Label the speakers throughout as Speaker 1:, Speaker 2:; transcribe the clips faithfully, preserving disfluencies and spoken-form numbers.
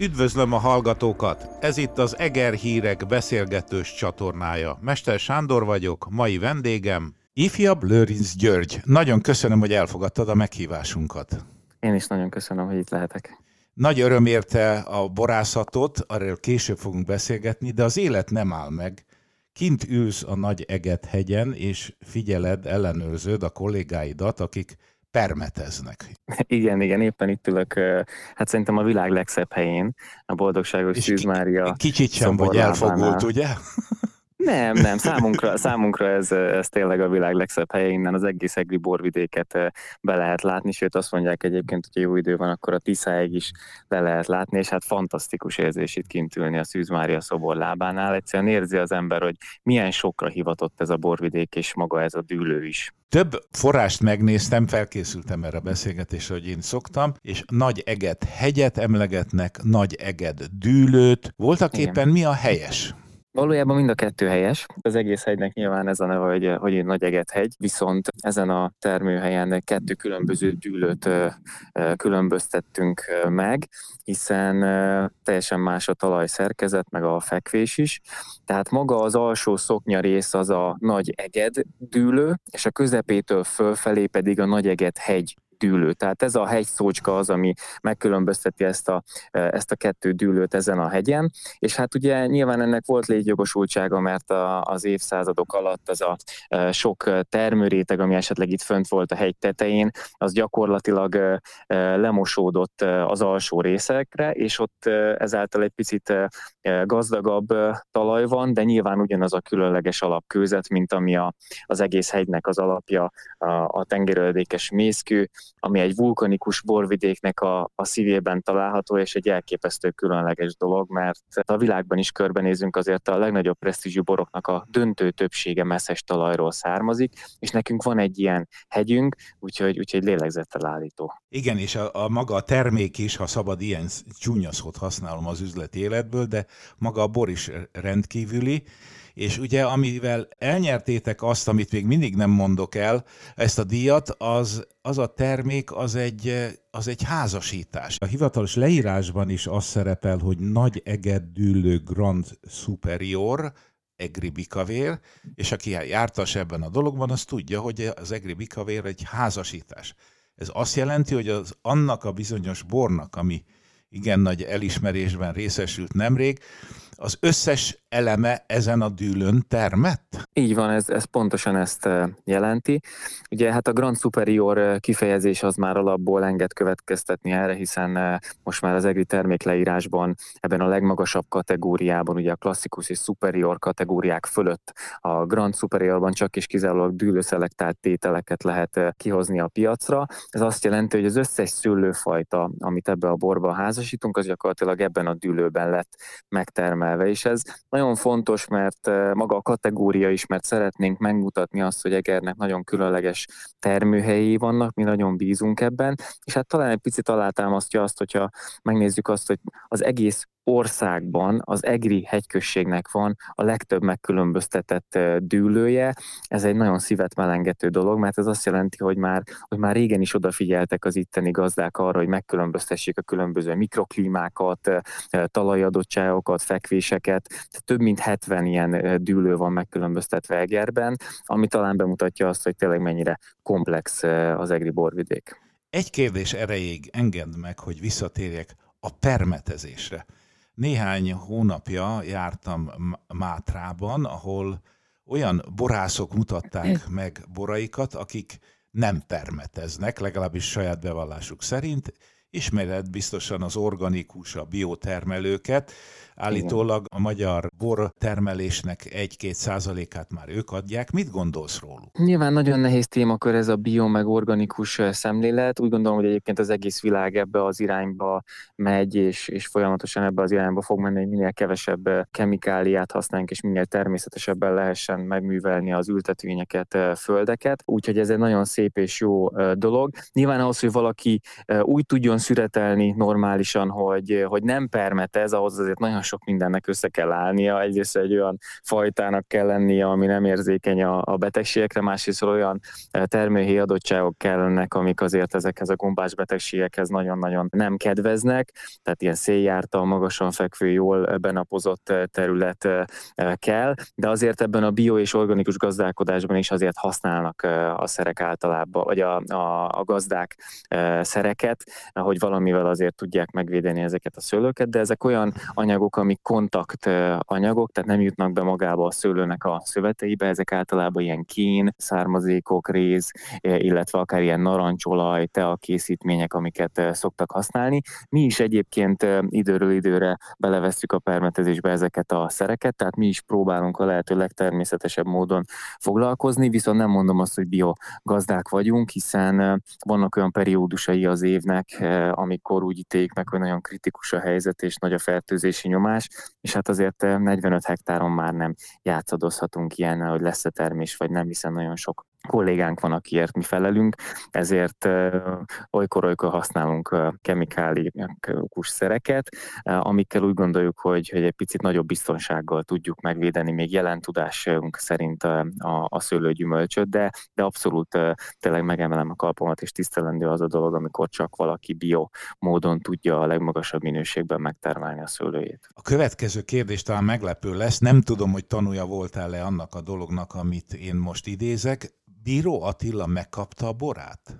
Speaker 1: Üdvözlöm a hallgatókat! Ez itt az Eger Hírek beszélgetős csatornája. Mester Sándor vagyok, mai vendégem ifjabb Lőrinc György. Nagyon köszönöm, hogy elfogadtad a meghívásunkat.
Speaker 2: Én is nagyon köszönöm, hogy itt lehetek.
Speaker 1: Nagy öröm érte a borászatot, arról később fogunk beszélgetni, de az élet nem áll meg. Kint ülsz a Nagy Eget hegyen, és figyeled, ellenőrzöd a kollégáidat, akik permeteznek.
Speaker 2: Igen, igen, éppen itt ülök, hát szerintem a világ legszebb helyén, a Boldogságos Szűz Mária.
Speaker 1: Kicsit sem vagy elfogult, ugye?
Speaker 2: Nem, nem, számunkra, számunkra ez, ez tényleg a világ legszebb helye, innen az egész egri borvidéket be lehet látni, sőt azt mondják egyébként, hogy jó idő van, akkor a Tiszáig is le lehet látni, és hát fantasztikus érzés itt kint ülni a Szűz Mária szobor lábánál. Egyszerűen érzi az ember, hogy milyen sokra hivatott ez a borvidék, és maga ez a dűlő is.
Speaker 1: Több forrást megnéztem, felkészültem erre a beszélgetésre, hogy én szoktam, és Nagy Eget hegyet emlegetnek, Nagy Eget dűlőt. Voltak
Speaker 2: Igen.
Speaker 1: éppen mi a helyes?
Speaker 2: Valójában mind a kettő helyes. Az egész hegynek nyilván ez a neve, hogy, hogy Nagy Eget hegy, viszont ezen a termőhelyen kettő különböző dűlőt ö, ö, különböztettünk meg, hiszen ö, teljesen más a talajszerkezet, meg a fekvés is. Tehát maga az alsó szoknya rész az a Nagy Eged dűlő, és a közepétől fölfelé pedig a Nagy Eget hegy dűlő. Tehát ez a hegyszócska az, ami megkülönbözteti ezt a, ezt a kettő dűlőt ezen a hegyen, és hát ugye nyilván ennek volt létjogosultsága, mert a, az évszázadok alatt az a sok termőréteg, ami esetleg itt fönt volt a hegy tetején, az gyakorlatilag lemosódott az alsó részekre, és ott ezáltal egy picit gazdagabb talaj van, de nyilván ugyanaz a különleges alapkőzet, mint ami a, az egész hegynek az alapja, a, a tengeröldékes mészkő, ami egy vulkanikus borvidéknek a, a szívében található, és egy elképesztő különleges dolog, mert a világban is körbenézünk, azért a legnagyobb presztízsű boroknak a döntő többsége messzes talajról származik, és nekünk van egy ilyen hegyünk, úgyhogy, úgyhogy lélegzettel állító.
Speaker 1: Igen, és a, a maga a termék is, ha szabad ilyen csúnya szót használom az üzleti életből, de maga a bor is rendkívüli, és ugye amivel elnyertétek azt, amit még mindig nem mondok el, ezt a díjat, az, az a termék, az egy, az egy házasítás. A hivatalos leírásban is az szerepel, hogy Nagy Eget dűlő Grand Superior, Egri Bikavér, és aki jártas ebben a dologban, az tudja, hogy az Egri Bikavér egy házasítás. Ez azt jelenti, hogy az annak a bizonyos bornak, ami igen nagy elismerésben részesült nemrég, az összes eleme ezen a dűlőn termett?
Speaker 2: Így van, ez, ez pontosan ezt jelenti. Ugye hát a Grand Superior kifejezés az már alapból enged következtetni erre, hiszen most már az egri termékleírásban ebben a legmagasabb kategóriában, ugye a klasszikus és superior kategóriák fölött a Grand Superiorban csak és kizárólag dűlőszelektált tételeket lehet kihozni a piacra. Ez azt jelenti, hogy az összes szőlőfajta, amit ebbe a borba házasítunk, az gyakorlatilag ebben a dűlőben lett megtermelve. És ez nagyon fontos, mert maga a kategória is, mert szeretnénk megmutatni azt, hogy Egernek nagyon különleges termőhelyi vannak, mi nagyon bízunk ebben, és hát talán egy picit alátámasztja azt, hogyha megnézzük azt, hogy az egész országban az egri hegyközségnek van a legtöbb megkülönböztetett dűlője. Ez egy nagyon szívet melengető dolog, mert ez azt jelenti, hogy már, hogy már régen is odafigyeltek az itteni gazdák arra, hogy megkülönböztessék a különböző mikroklímákat, talajadottságokat, fekvéseket. Több mint hetven ilyen dűlő van megkülönböztetve Egerben, ami talán bemutatja azt, hogy tényleg mennyire komplex az egri borvidék.
Speaker 1: Egy kérdés erejéig engedd meg, hogy visszatérjek a permetezésre. Néhány hónapja jártam Mátrában, ahol olyan borászok mutatták meg boraikat, akik nem permeteznek, legalábbis saját bevallásuk szerint. Ismered biztosan az organikus, a biotermelőket. Állítólag a magyar bortermelésnek egy-két százalékát már ők adják. Mit gondolsz róluk?
Speaker 2: Nyilván nagyon nehéz témakör ez a bio meg organikus szemlélet. Úgy gondolom, hogy egyébként az egész világ ebbe az irányba megy, és, és folyamatosan ebbe az irányba fog menni, hogy minél kevesebb kemikáliát használjunk, és minél természetesebben lehessen megművelni az ültetvényeket, földeket. Úgyhogy ez egy nagyon szép és jó dolog. Nyilván ahhoz, hogy valaki úgy tudjon szüretelni normálisan, hogy, hogy nem permet ez, ahhoz azért nagyon sok mindennek össze kell állnia. Egyrészt egy olyan fajtának kell lennie, ami nem érzékeny a, a betegségekre, másrészt olyan termőhelyi adottságok kellenek, amik azért ezekhez a gombás betegségekhez nagyon-nagyon nem kedveznek, tehát ilyen széljártal, magasan fekvő, jól benapozott terület kell, de azért ebben a bio és organikus gazdálkodásban is azért használnak a szerek általában, vagy a, a, a gazdák szereket, hogy valamivel azért tudják megvédeni ezeket a szőlőket, de ezek olyan anyagok, amik kontakt anyagok, tehát nem jutnak be magába a szőlőnek a szöveteibe, ezek általában ilyen kín, származékok, réz, illetve akár ilyen narancsolaj, teakészítmények, amiket szoktak használni. Mi is egyébként időről időre belevesszük a permetezésbe ezeket a szereket, tehát mi is próbálunk a lehető legtermészetesebb módon foglalkozni, viszont nem mondom azt, hogy biogazdák vagyunk, hiszen vannak olyan periódusai az évnek, amikor úgy ítéljük meg, hogy nagyon kritikus a helyzet és nagy a fertőzési nyomás, és hát azért negyvenöt hektáron már nem játszadozhatunk ilyennel, hogy lesz-e termés vagy nem, hiszen nagyon sok kollégánk van, akiért mi felelünk, ezért olykor-olykor használunk kemikálikus szereket, amikkel úgy gondoljuk, hogy, hogy egy picit nagyobb biztonsággal tudjuk megvédeni még jelen tudásunk szerint a, a, a szőlőgyümölcsöt, de, de abszolút tényleg megemelem a kalpomat, és tisztelendő az a dolog, amikor csak valaki bio módon tudja a legmagasabb minőségben megtermelni a szőlőjét.
Speaker 1: A következő kérdés talán meglepő lesz, nem tudom, hogy tanúja voltál-e annak a dolognak, amit én most idézek. Bíró Attila megkapta a borát?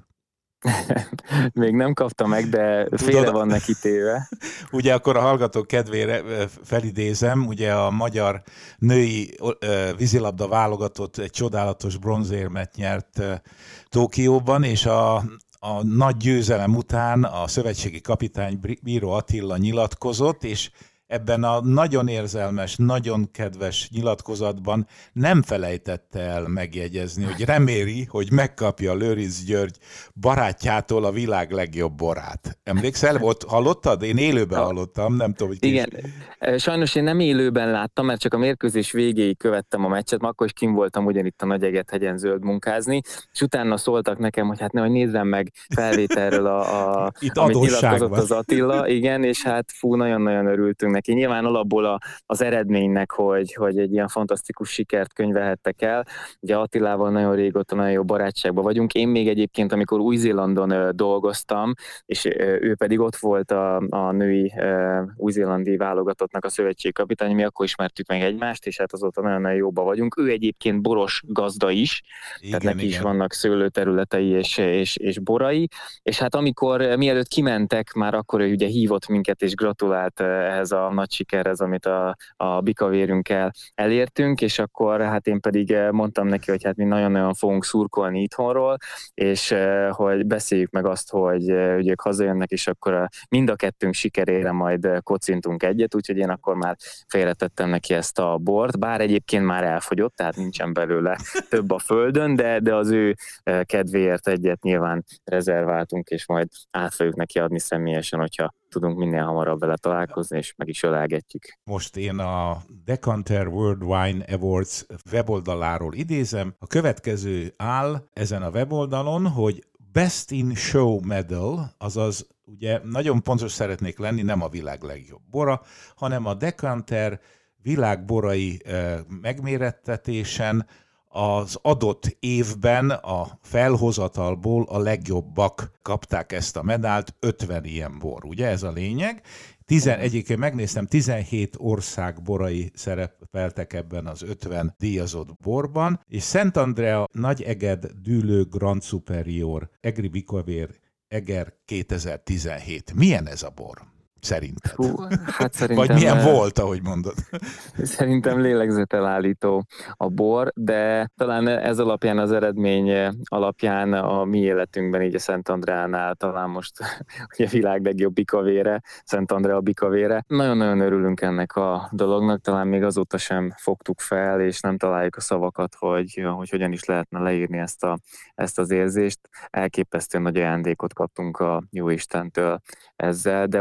Speaker 2: Még nem kapta meg, de félre van neki téve.
Speaker 1: Ugye akkor a hallgatók kedvére felidézem, ugye a magyar női vízilabda válogatott egy csodálatos bronzérmet nyert Tokióban, és a, a nagy győzelem után a szövetségi kapitány Bíró Attila nyilatkozott, és ebben a nagyon érzelmes, nagyon kedves nyilatkozatban nem felejtette el megjegyezni, hogy reméli, hogy megkapja Lőrinc György barátjától a világ legjobb borát. Emlékszel? Ott hallottad? Én élőben ja. hallottam, nem tudom, hogy kis...
Speaker 2: Igen, sajnos én nem élőben láttam, mert csak a mérkőzés végéig követtem a meccset, mert akkor is kim voltam ugyanitt a Nagyegethegyen zöld munkázni, és utána szóltak nekem, hogy hát ne, hogy nézzem meg felvételről, a, a,
Speaker 1: itt
Speaker 2: amit nyilatkozott
Speaker 1: van.
Speaker 2: az Attila, igen, és hát fú, nagyon-nagyon örültünk neki. Nyilván alapból a, az eredménynek, hogy, hogy egy ilyen fantasztikus sikert könyvelhettek el. Ugye Attilával nagyon régóta nagyon jó barátságban vagyunk. Én még egyébként, amikor Új-Zélandon dolgoztam, és ő pedig ott volt a, a női új-zélandi válogatottnak a szövetségkapitány, mi akkor ismertük meg egymást, és hát azóta nagyon-nagyon jóban vagyunk. Ő egyébként boros gazda is, igen, tehát neki igen. is vannak szőlőterületei és, és, és borai, és hát amikor mielőtt kimentek, már akkor ő ugye hívott minket és gratulált ehhez a nagy sikerhez, amit a, a bikavérünkkel elértünk, és akkor hát én pedig mondtam neki, hogy hát mi nagyon-nagyon fogunk szurkolni itthonról, és hogy beszéljük meg azt, hogy, hogy ők hazajönnek, és akkor mind a kettőnk sikerére majd kocintunk egyet, úgyhogy én akkor már félretettem neki ezt a bort, bár egyébként már elfogyott, tehát nincsen belőle több a földön, de, de az ő kedvéért egyet nyilván rezerváltunk, és majd át fogjuk neki adni személyesen, hogyha tudunk minél hamarabb vele találkozni, és meg is ölelgetjük.
Speaker 1: Most én a Decanter World Wine Awards weboldaláról idézem. A következő áll ezen a weboldalon, hogy Best in Show Medal, azaz ugye nagyon pontos szeretnék lenni, nem a világ legjobb bora, hanem a Decanter világborai eh, megmérettetésen az adott évben a felhozatalból a legjobbak kapták ezt a medált, ötven ilyen bor, ugye ez a lényeg. Tizen, egyébként megnéztem, tizenhét ország borai szerepeltek ebben az ötven díjazott borban, és Szentandrea Nagyeged Dűlő Grand Superior Egri Bikavér Eger kétezer-tizenhét. Milyen ez a bor? Szerinted?
Speaker 2: Hú, hát szerintem,
Speaker 1: vagy milyen volt, ahogy mondod?
Speaker 2: Szerintem lélegzetelállító a bor, de talán ez alapján, az eredmény alapján a mi életünkben, így a Szentandreánál talán most ugye a világ legjobb bikavére, Szentandrea bikavére. Nagyon-nagyon örülünk ennek a dolognak, talán még azóta sem fogtuk fel, és nem találjuk a szavakat, hogy, hogy hogyan is lehetne leírni ezt, a, ezt az érzést. Elképesztően nagy ajándékot kaptunk a Jóistentől ezzel, de úgy gondolom, nem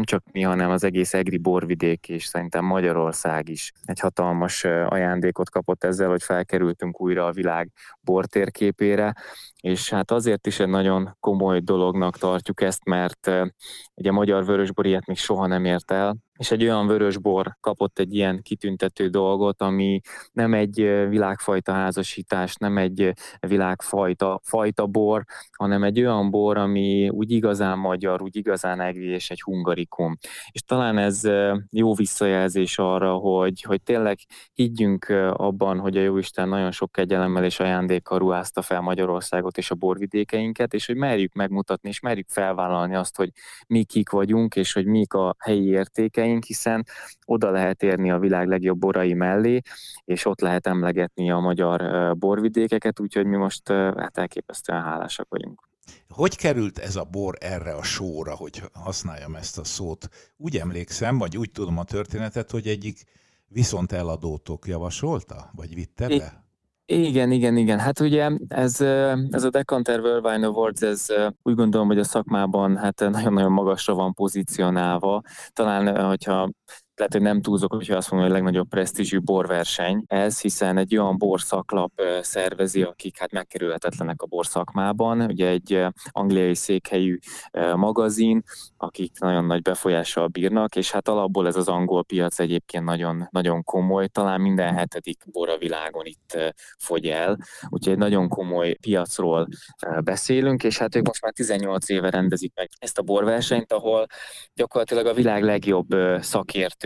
Speaker 2: csak mi, hanem az egész egri borvidék, és szerintem Magyarország is egy hatalmas ajándékot kapott ezzel, hogy felkerültünk újra a világ bortérképére, és hát azért is egy nagyon komoly dolognak tartjuk ezt, mert ugye a magyar vörösbor ilyet még soha nem ért el, és egy olyan vörösbor kapott egy ilyen kitüntető dolgot, ami nem egy világfajta házasítás, nem egy világfajta fajta bor, hanem egy olyan bor, ami úgy igazán magyar, úgy igazán egri, és egy hungarikum. És talán ez jó visszajelzés arra, hogy, hogy tényleg higgyünk abban, hogy a Jóisten nagyon sok kegyelemmel és ajándékkal ruházta fel Magyarországot és a borvidékeinket, és hogy merjük megmutatni, és merjük felvállalni azt, hogy mi kik vagyunk, és hogy mik a helyi értékeink, hiszen oda lehet érni a világ legjobb borai mellé, és ott lehet emlegetni a magyar borvidékeket, úgyhogy mi most hát elképesztően hálásak vagyunk.
Speaker 1: Hogy került ez a bor erre a sóra, hogy használjam ezt a szót? Úgy emlékszem, vagy úgy tudom a történetet, hogy egyik viszont eladótok javasolta, vagy vitte be?
Speaker 2: Igen, igen, igen. Hát ugye ez, ez a Decanter World Wine Awards, ez úgy gondolom, hogy a szakmában hát nagyon-nagyon magasra van pozícionálva. Talán, hogyha lehet, hogy nem túlzok, hogyha azt mondom, hogy a legnagyobb presztízsű borverseny ez, hiszen egy olyan borszaklap szervezi, akik hát megkerülhetetlenek a borszakmában. Ugye egy angliai székhelyű magazin, akik nagyon nagy befolyással bírnak, és hát alapból ez az angol piac egyébként nagyon, nagyon komoly, talán minden hetedik bor a világon itt fogy el, úgyhogy egy nagyon komoly piacról beszélünk, és hát ők most már tizennyolc éve rendezik meg ezt a borversenyt, ahol gyakorlatilag a világ legjobb szakértő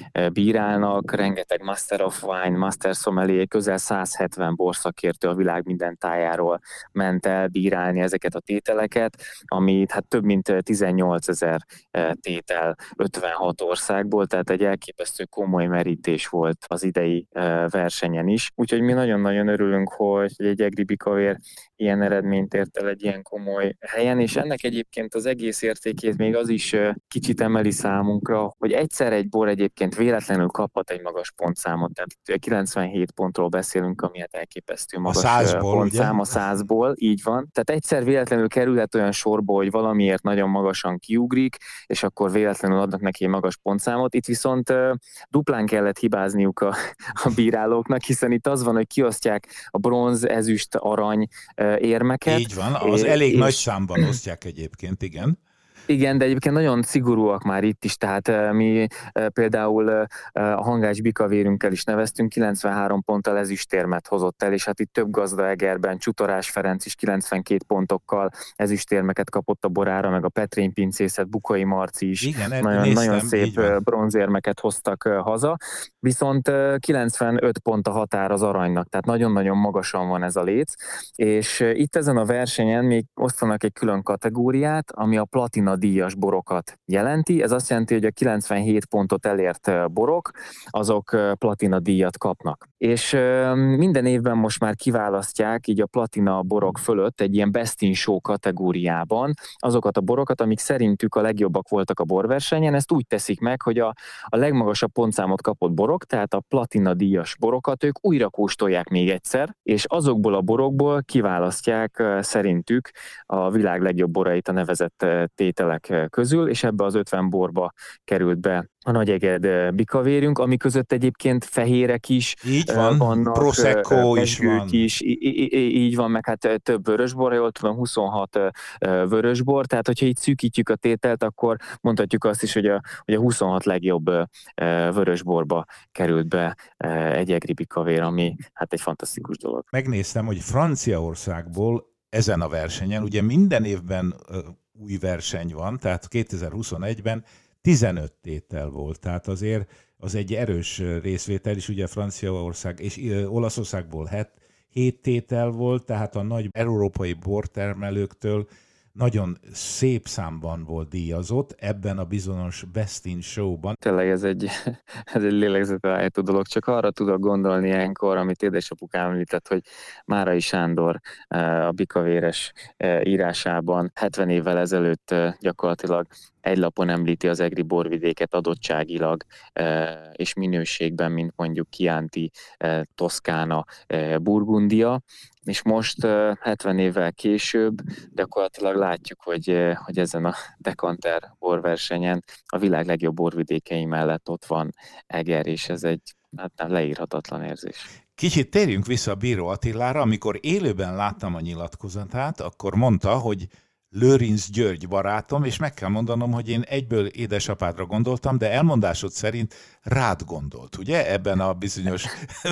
Speaker 2: bírálnak, rengeteg Master of Wine, Master Sommelier, közel száz hetven borszakértő a világ minden tájáról ment el bírálni ezeket a tételeket, ami hát több mint tizennyolcezer tétel ötvenhat országból, tehát egy elképesztő komoly merítés volt az idei versenyen is. Úgyhogy mi nagyon-nagyon örülünk, hogy egy egri bikavér ilyen eredményt ért el egy ilyen komoly helyen, és ennek egyébként az egész értékét még az is kicsit emeli számunkra, hogy egyszer egy bor egyébként véletlenül kaphat egy magas pontszámot, tehát kilencvenhét pontról beszélünk, ami hát elképesztő magas
Speaker 1: a százból,
Speaker 2: pontszám
Speaker 1: ugye?
Speaker 2: a százból, így van. Tehát egyszer véletlenül kerülhet olyan sorba, hogy valamiért nagyon magasan kiugrik, és akkor véletlenül adnak neki egy magas pontszámot. Itt viszont duplán kellett hibázniuk a, a bírálóknak, hiszen itt az van, hogy kiosztják a bronz, ezüst, arany érmeket.
Speaker 1: Így van, az
Speaker 2: és,
Speaker 1: elég
Speaker 2: és...
Speaker 1: nagy számban osztják egyébként, igen.
Speaker 2: Igen, de egyébként nagyon szigorúak már itt is, tehát mi például a Hangács bikavérünkkel is neveztünk, kilencvenhárom ponttal ezüstérmet hozott el, és hát itt több gazda Egerben, Csutorás Ferenc is kilencvenkét pontokkal ezüstérmeket kapott a borára, meg a Petrény pincészet, Bukai Marci is.
Speaker 1: Igen,
Speaker 2: nagyon,
Speaker 1: néztem,
Speaker 2: nagyon szép bronzérmeket hoztak haza, viszont kilencvenöt pont a határ az aranynak, tehát nagyon-nagyon magasan van ez a léc, és itt ezen a versenyen még osztanak egy külön kategóriát, ami a platina díjas borokat jelenti. Ez azt jelenti, hogy a kilencvenhét pontot elért borok, azok platina díjat kapnak. És minden évben most már kiválasztják így a platina borok fölött egy ilyen Best in Show kategóriában azokat a borokat, amik szerintük a legjobbak voltak a borversenyen. Ezt úgy teszik meg, hogy a, a legmagasabb pontszámot kapott borok, tehát a platina díjas borokat ők újra kóstolják még egyszer, és azokból a borokból kiválasztják szerintük a világ legjobb borait a nevezett tételek közül, és ebbe az ötven borba került be a Nagyeged bikavérünk, ami között egyébként fehérek is
Speaker 1: így van,
Speaker 2: vannak,
Speaker 1: Prosecco is van.
Speaker 2: Is, így van, meg hát több vörösbor, jól tudom, huszonhat vörösbor, tehát hogyha így szűkítjük a tételt, akkor mondhatjuk azt is, hogy a, hogy a huszonhat legjobb vörösborba került be egy egri bikavér, ami hát egy fantasztikus dolog.
Speaker 1: Megnéztem, hogy Franciaországból ezen a versenyen, ugye minden évben új verseny van, tehát kétezer-huszonegyben tizenöt tétel volt, tehát azért az egy erős részvétel is, ugye Franciaország és Olaszországból hét tétel volt, tehát a nagy európai bortermelőktől nagyon szép számban volt díjazott ebben a bizonyos Best in Show-ban.
Speaker 2: Tényleg ez egy, ez egy lélegzetelállító dolog, csak arra tudok gondolni ilyenkor, amit édesapukám említett, hogy Márai Sándor a bikavéres írásában hetven évvel ezelőtt gyakorlatilag egy lapon említi az egri borvidéket adottságilag és minőségben, mint mondjuk Chianti, Toszkána, Burgundia, és most hetven évvel később gyakorlatilag látjuk, hogy, hogy ezen a dekanter borversenyen a világ legjobb borvidékei mellett ott van Eger, és ez egy hát nem leírhatatlan érzés.
Speaker 1: Kicsit térjünk vissza a Bíró Attilára, amikor élőben láttam a nyilatkozatát, akkor mondta, hogy Lőrinc György barátom, és meg kell mondanom, hogy én egyből édesapádra gondoltam, de elmondásod szerint rád gondolt, ugye, ebben a bizonyos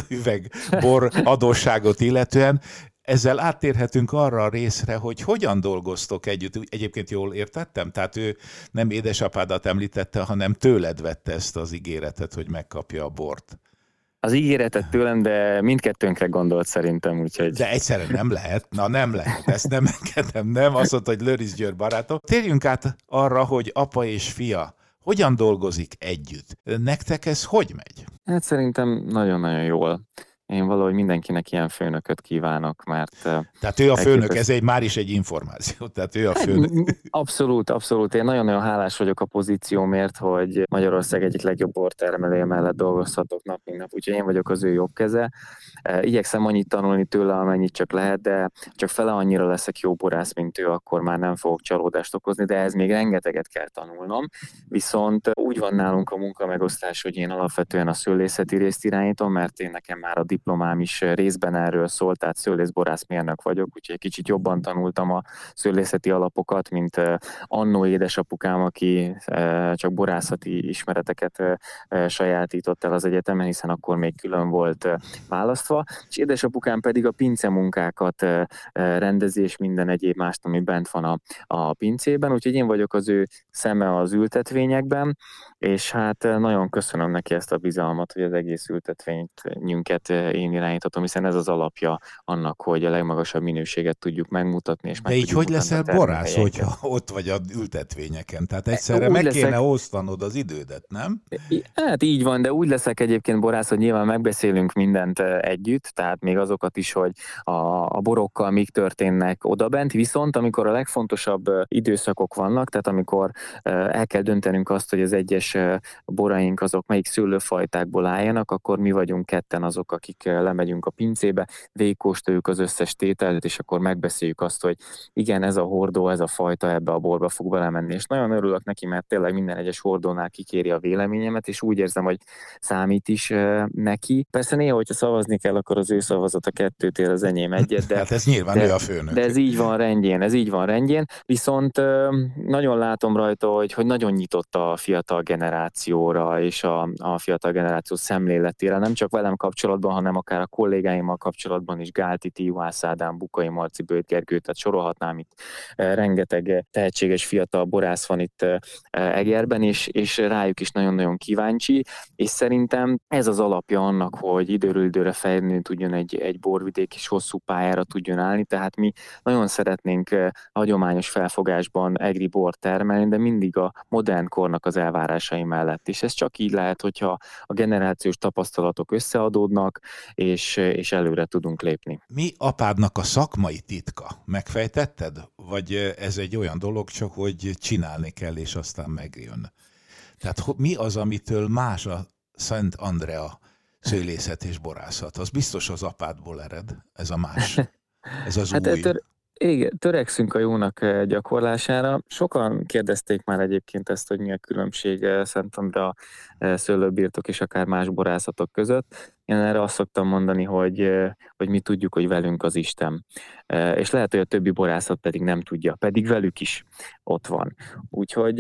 Speaker 1: üvegbor adósságot illetően. Ezzel áttérhetünk arra a részre, hogy hogyan dolgoztok együtt. Egyébként jól értettem? Tehát ő nem édesapádat említette, hanem tőled vette ezt az ígéretet, hogy megkapja a bort.
Speaker 2: Az ígéretet tőlem, de mindkettőnkre gondolt szerintem, úgyhogy...
Speaker 1: De egyszerűen nem lehet. Na nem lehet, ezt nem engedem, nem. Azt mondta, hogy Lőrinc György barátom. Térjünk át arra, hogy apa és fia hogyan dolgozik együtt. Nektek ez hogy megy?
Speaker 2: Hát szerintem nagyon-nagyon jól. Én valahogy mindenkinek ilyen főnököt kívánok, mert...
Speaker 1: Tehát ő a főnök, ez egy, már is egy információ, tehát ő a főnök.
Speaker 2: Abszolút, abszolút. Én nagyon-nagyon hálás vagyok a pozíciómért, hogy Magyarország egyik legjobb bortermelője mellett dolgozhatok nap, mint nap, úgyhogy én vagyok az ő jobb keze. Igyekszem annyit tanulni tőle, amennyit csak lehet, de csak fele annyira leszek jó borász, mint ő, akkor már nem fogok csalódást okozni, de ez még rengeteget kell tanulnom. Viszont úgy van nálunk a munkamegosztás, hogy én alapvetően a szőlészeti részt irányítom, mert én nekem már a diplomám is részben erről szól, tehát szőlészborászmérnök vagyok, úgyhogy egy kicsit jobban tanultam a szőlészeti alapokat, mint annó édesapukám, aki csak borászati ismereteket sajátított el az egyetemen, hiszen akkor még külön volt választva, és édesapukám pedig a pincemunkákat rendezi, és minden egyéb mást, ami bent van a, a pincében, úgyhogy én vagyok az ő szeme az ültetvényekben, és hát nagyon köszönöm neki ezt a bizalmat, hogy az egész ültetvényünket én irányíthatom, hiszen ez az alapja annak, hogy a legmagasabb minőséget tudjuk megmutatni. És
Speaker 1: de így hogy leszel borász, hogyha ott vagy az ültetvényeken? Tehát egyszerre úgy meg leszek... kéne osztanod az idődet, nem?
Speaker 2: Hát így van, de úgy leszek egyébként borász, hogy nyilván megbeszélünk mindent együtt, tehát még azokat is, hogy a, a borokkal mik történnek odabent, viszont amikor a legfontosabb időszakok vannak, tehát amikor el kell döntenünk azt, hogy az egyes boraink azok melyik szőlőfajtákból álljanak, akkor mi vagyunk ketten azok, akik lemegyünk a pincébe, végigkóstoljuk az összes tételt, és akkor megbeszéljük azt, hogy igen, ez a hordó, ez a fajta ebbe a borba fog belemenni. És nagyon örülök neki, mert tényleg minden egyes hordónál kikéri a véleményemet, és úgy érzem, hogy számít is neki. Persze néha, hogyha szavazni kell, akkor az ő szavazata kettőt ér, az enyém egyet, de,
Speaker 1: hát ez nyilván
Speaker 2: de,
Speaker 1: ő a főnök.
Speaker 2: De ez így van rendjén, ez így van rendjén, viszont nagyon látom rajta, hogy, hogy nagyon nyitott a fiatal generációra és a, a fiatal generáció szemléletére, nem csak velem kapcsolatban, hanem akár a kollégáimmal kapcsolatban is, Gáltiti, Juhász Ádám, Bukai Marci, Bőt Gergő, tehát sorolhatnám itt, rengeteg tehetséges fiatal borász van itt Egerben, és, és rájuk is nagyon-nagyon kíváncsi, és szerintem ez az alapja annak, hogy időről időre fejlődni tudjon egy, egy borvidék, és hosszú pályára tudjon állni, tehát mi nagyon szeretnénk hagyományos felfogásban egri bort termelni, de mindig a modern kornak az elvárásai mellett, és ez csak így lehet, hogyha a generációs tapasztalatok összeadódnak, és, és előre tudunk lépni.
Speaker 1: Mi apádnak a szakmai titka? Megfejtetted? Vagy ez egy olyan dolog csak, hogy csinálni kell, és aztán megjön? Tehát mi az, amitől más a Szent Andrea szőlészet és borászat? Az biztos az apádból ered, ez a más, ez az hát új.
Speaker 2: Ettől... Igen, törekszünk a jónak gyakorlására. Sokan kérdezték már egyébként ezt, hogy mi a különbség Szent Andrea szőlőbirtok és akár más borászatok között. Én erre azt szoktam mondani, hogy, hogy mi tudjuk, hogy velünk az Isten. És lehet, hogy a többi borászat pedig nem tudja, pedig velük is ott van. Úgyhogy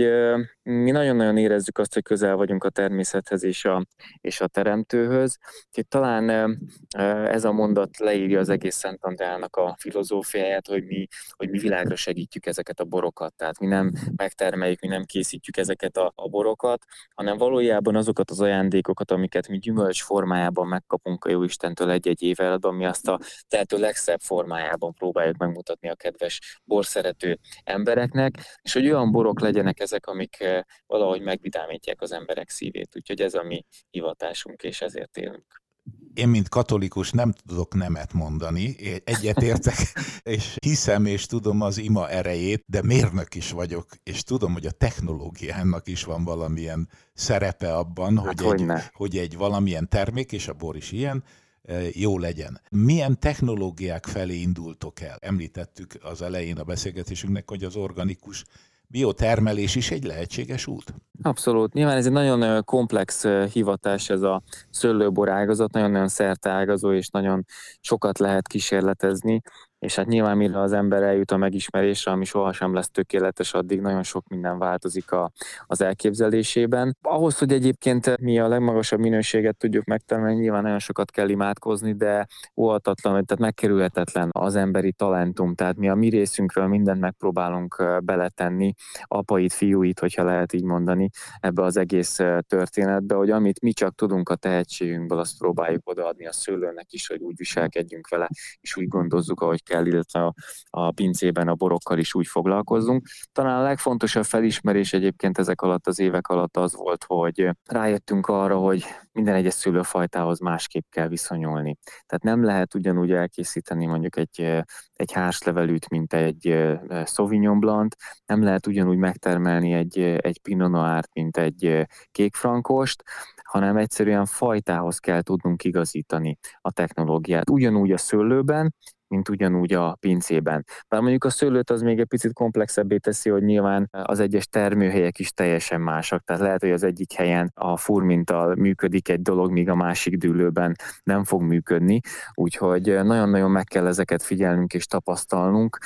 Speaker 2: mi nagyon-nagyon érezzük azt, hogy közel vagyunk a természethez és a, és a teremtőhöz. Úgyhogy talán ez a mondat leírja az egész Szent Andreának a filozófiáját, hogy mi, hogy mi világra segítjük ezeket a borokat. Tehát mi nem megtermeljük, mi nem készítjük ezeket a, a borokat, hanem valójában azokat az ajándékokat, amiket mi gyümölcs formájában megkapunk a Jóistentől egy-egy év alatt, mi azt a tehető legszebb formájában próbáljuk megmutatni a kedves borszerető embereknek, és hogy olyan borok legyenek ezek, amik valahogy megvidámítják az emberek szívét. Úgyhogy ez a mi hivatásunk, és ezért élünk.
Speaker 1: Én, mint katolikus nem tudok nemet mondani, egyetértek, és hiszem és tudom az ima erejét, de mérnök is vagyok, és tudom, hogy a technológiának is van valamilyen szerepe abban,
Speaker 2: Hát
Speaker 1: hogy, egy,
Speaker 2: hogyne.
Speaker 1: hogy egy valamilyen termék, és a bor is ilyen, jó legyen. Milyen technológiák felé indultok el? Említettük az elején a beszélgetésünknek, hogy az organikus biotermelés is egy lehetséges út?
Speaker 2: Abszolút. Nyilván ez egy nagyon komplex hivatás, ez a szőlőbor ágazat, nagyon-nagyon szerteágazó, és nagyon sokat lehet kísérletezni, és hát nyilván mire az ember eljut a megismerésre, ami sohasem lesz tökéletes, addig nagyon sok minden változik a, az elképzelésében. Ahhoz, hogy egyébként mi a legmagasabb minőséget tudjuk megtermelni, nyilván nagyon sokat kell imádkozni, de óhatatlan, tehát megkerülhetetlen az emberi talentum, tehát mi a mi részünkről mindent megpróbálunk beletenni, apait, fiúit, hogyha lehet így mondani, ebbe az egész történetbe, hogy amit mi csak tudunk a tehetségünkből, azt próbáljuk odaadni a szőlőnek is, hogy úgy viselkedjünk vele, és úgy gondozzuk, ahogy kell, illetve a, a pincében a borokkal is úgy foglalkozzunk. Talán a legfontosabb felismerés egyébként ezek alatt az évek alatt az volt, hogy rájöttünk arra, hogy minden egyes szőlőfajtához másképp kell viszonyulni. Tehát nem lehet ugyanúgy elkészíteni mondjuk egy, egy hárslevelűt, mint egy Sauvignon Blanc, nem lehet ugyanúgy megtermelni egy, egy Pinot Noirt, mint egy kékfrankost, hanem egyszerűen fajtához kell tudnunk igazítani a technológiát. Ugyanúgy a szőlőben, mint ugyanúgy a pincében. Bár mondjuk a szőlőt az még egy picit komplexebbé teszi, hogy nyilván az egyes termőhelyek is teljesen másak. Tehát lehet, hogy az egyik helyen a furminttal működik egy dolog, míg a másik dűlőben nem fog működni. Úgyhogy nagyon-nagyon meg kell ezeket figyelnünk és tapasztalnunk.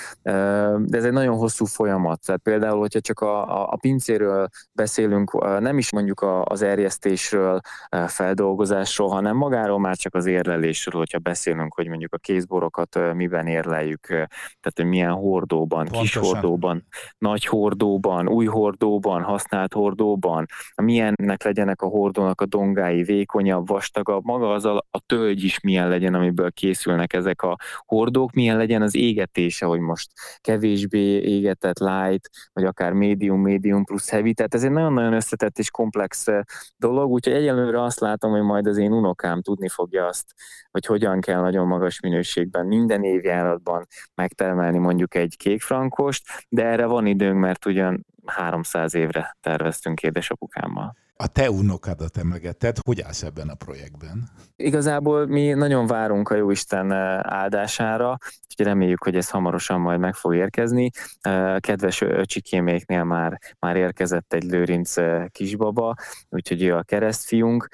Speaker 2: De ez egy nagyon hosszú folyamat. Tehát például, hogyha csak a, a pincéről beszélünk, nem is mondjuk az erjesztésről, feldolgozásról, hanem magáról már csak az érlelésről, hogyha beszélünk, hogy mondjuk a kézborokat miben érleljük, tehát hogy milyen hordóban,
Speaker 1: Pontosan.
Speaker 2: Kis hordóban, nagy hordóban, új hordóban, használt hordóban, milyennek legyenek a hordónak a dongái, vékonyabb, vastagabb, maga az a, a tölgy is milyen legyen, amiből készülnek ezek a hordók, milyen legyen az égetése, hogy most kevésbé égetett light, vagy akár medium, medium plusz heavy, tehát ez egy nagyon-nagyon összetett és komplex dolog, úgyhogy egyelőre azt látom, hogy majd az én unokám tudni fogja azt, hogy hogyan kell nagyon magas minőségben minden évjáratban megtermelni mondjuk egy kékfrankost, de erre van időnk, mert ugyan háromszáz évre terveztünk édesapukámmal.
Speaker 1: A te unokádat emlegetted, hogy állsz ebben a projektben?
Speaker 2: Igazából mi nagyon várunk a Jóisten áldására, úgyhogy reméljük, hogy ez hamarosan majd meg fog érkezni. Kedves öcsikéméknél már, már érkezett egy Lőrinc kisbaba, úgyhogy ő a keresztfiunk,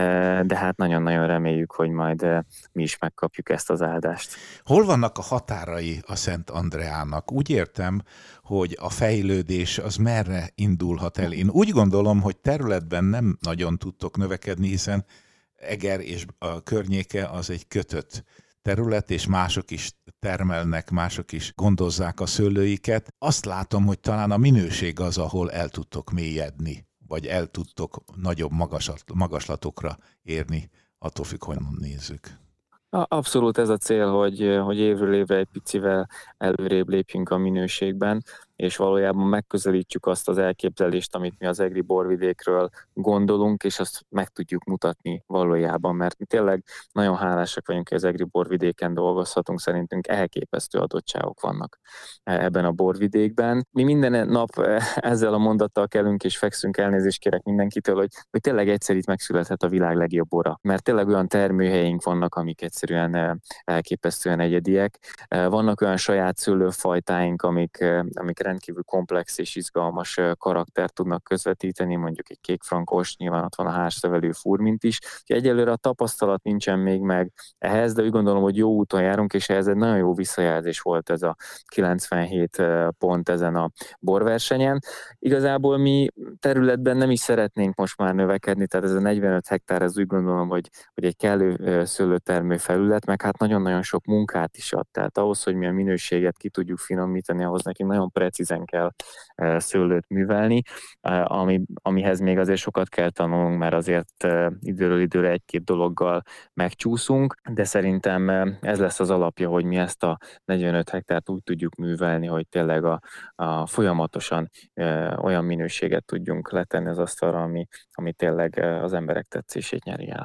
Speaker 2: de hát nagyon-nagyon reméljük, hogy majd mi is megkapjuk ezt az áldást.
Speaker 1: Hol vannak a határai a Szent Andreának? Úgy értem, hogy a fejlődés az merre indulhat el. Én úgy gondolom, hogy területben nem nagyon tudtok növekedni, hiszen Eger és a környéke az egy kötött terület, és mások is termelnek, mások is gondozzák a szőlőiket. Azt látom, hogy talán a minőség az, ahol el tudtok mélyedni, vagy el tudtok nagyobb magaslatokra érni, attól függ, honnan nézzük.
Speaker 2: Abszolút ez a cél, hogy, hogy évről évre egy picivel előrébb lépjünk a minőségben, és valójában megközelítsük azt az elképzelést, amit mi az egri borvidékről gondolunk, és azt meg tudjuk mutatni valójában, mert mi tényleg nagyon hálásak vagyunk, hogy az egri borvidéken dolgozhatunk, szerintünk elképesztő adottságok vannak ebben a borvidékben. Mi minden nap ezzel a mondattal kelünk és fekszünk, elnézést kérek mindenkitől, hogy, hogy tényleg egyszer itt megszülethet a világ legjobb bora, mert tényleg olyan termőhelyeink vannak, amik egyszerűen elképesztően egyediek. Vannak olyan saját szőlőfajtáink, amik, amik rendkívül komplex és izgalmas karaktert tudnak közvetíteni, mondjuk egy kékfrankos, nyilván ott van a hárszövelő furmint is. Egyelőre a tapasztalat nincsen még meg ehhez, de úgy gondolom, hogy jó úton járunk, és ehhez egy nagyon jó visszajelzés volt ez a kilencvenhét pont ezen a borversenyen. Igazából mi területben nem is szeretnénk most már növekedni, tehát ez a negyvenöt hektár, ez úgy gondolom, hogy, hogy egy kellő szőlőtermő felület, meg hát nagyon-nagyon sok munkát is ad. Tehát ahhoz, hogy mi a minőséget ki tudjuk finomítani, ahhoz nekünk nagyon precízen kell szőlőt művelni, ami, amihez még azért sokat kell tanulnunk, mert azért időről időre egy-két dologgal megcsúszunk, de szerintem ez lesz az alapja, hogy mi ezt a negyvenöt hektárt úgy tudjuk művelni, hogy tényleg a, a folyamatosan olyan minőséget tudjunk letenni az asztalra, ami, ami tényleg az emberek tetszését nyeri el.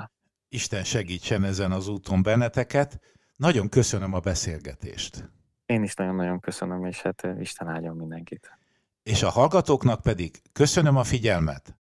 Speaker 1: Isten segítsen ezen az úton benneteket. Nagyon köszönöm a beszélgetést.
Speaker 2: Én is nagyon-nagyon köszönöm, és hát Isten áldjon mindenkit.
Speaker 1: És a hallgatóknak pedig köszönöm a figyelmet.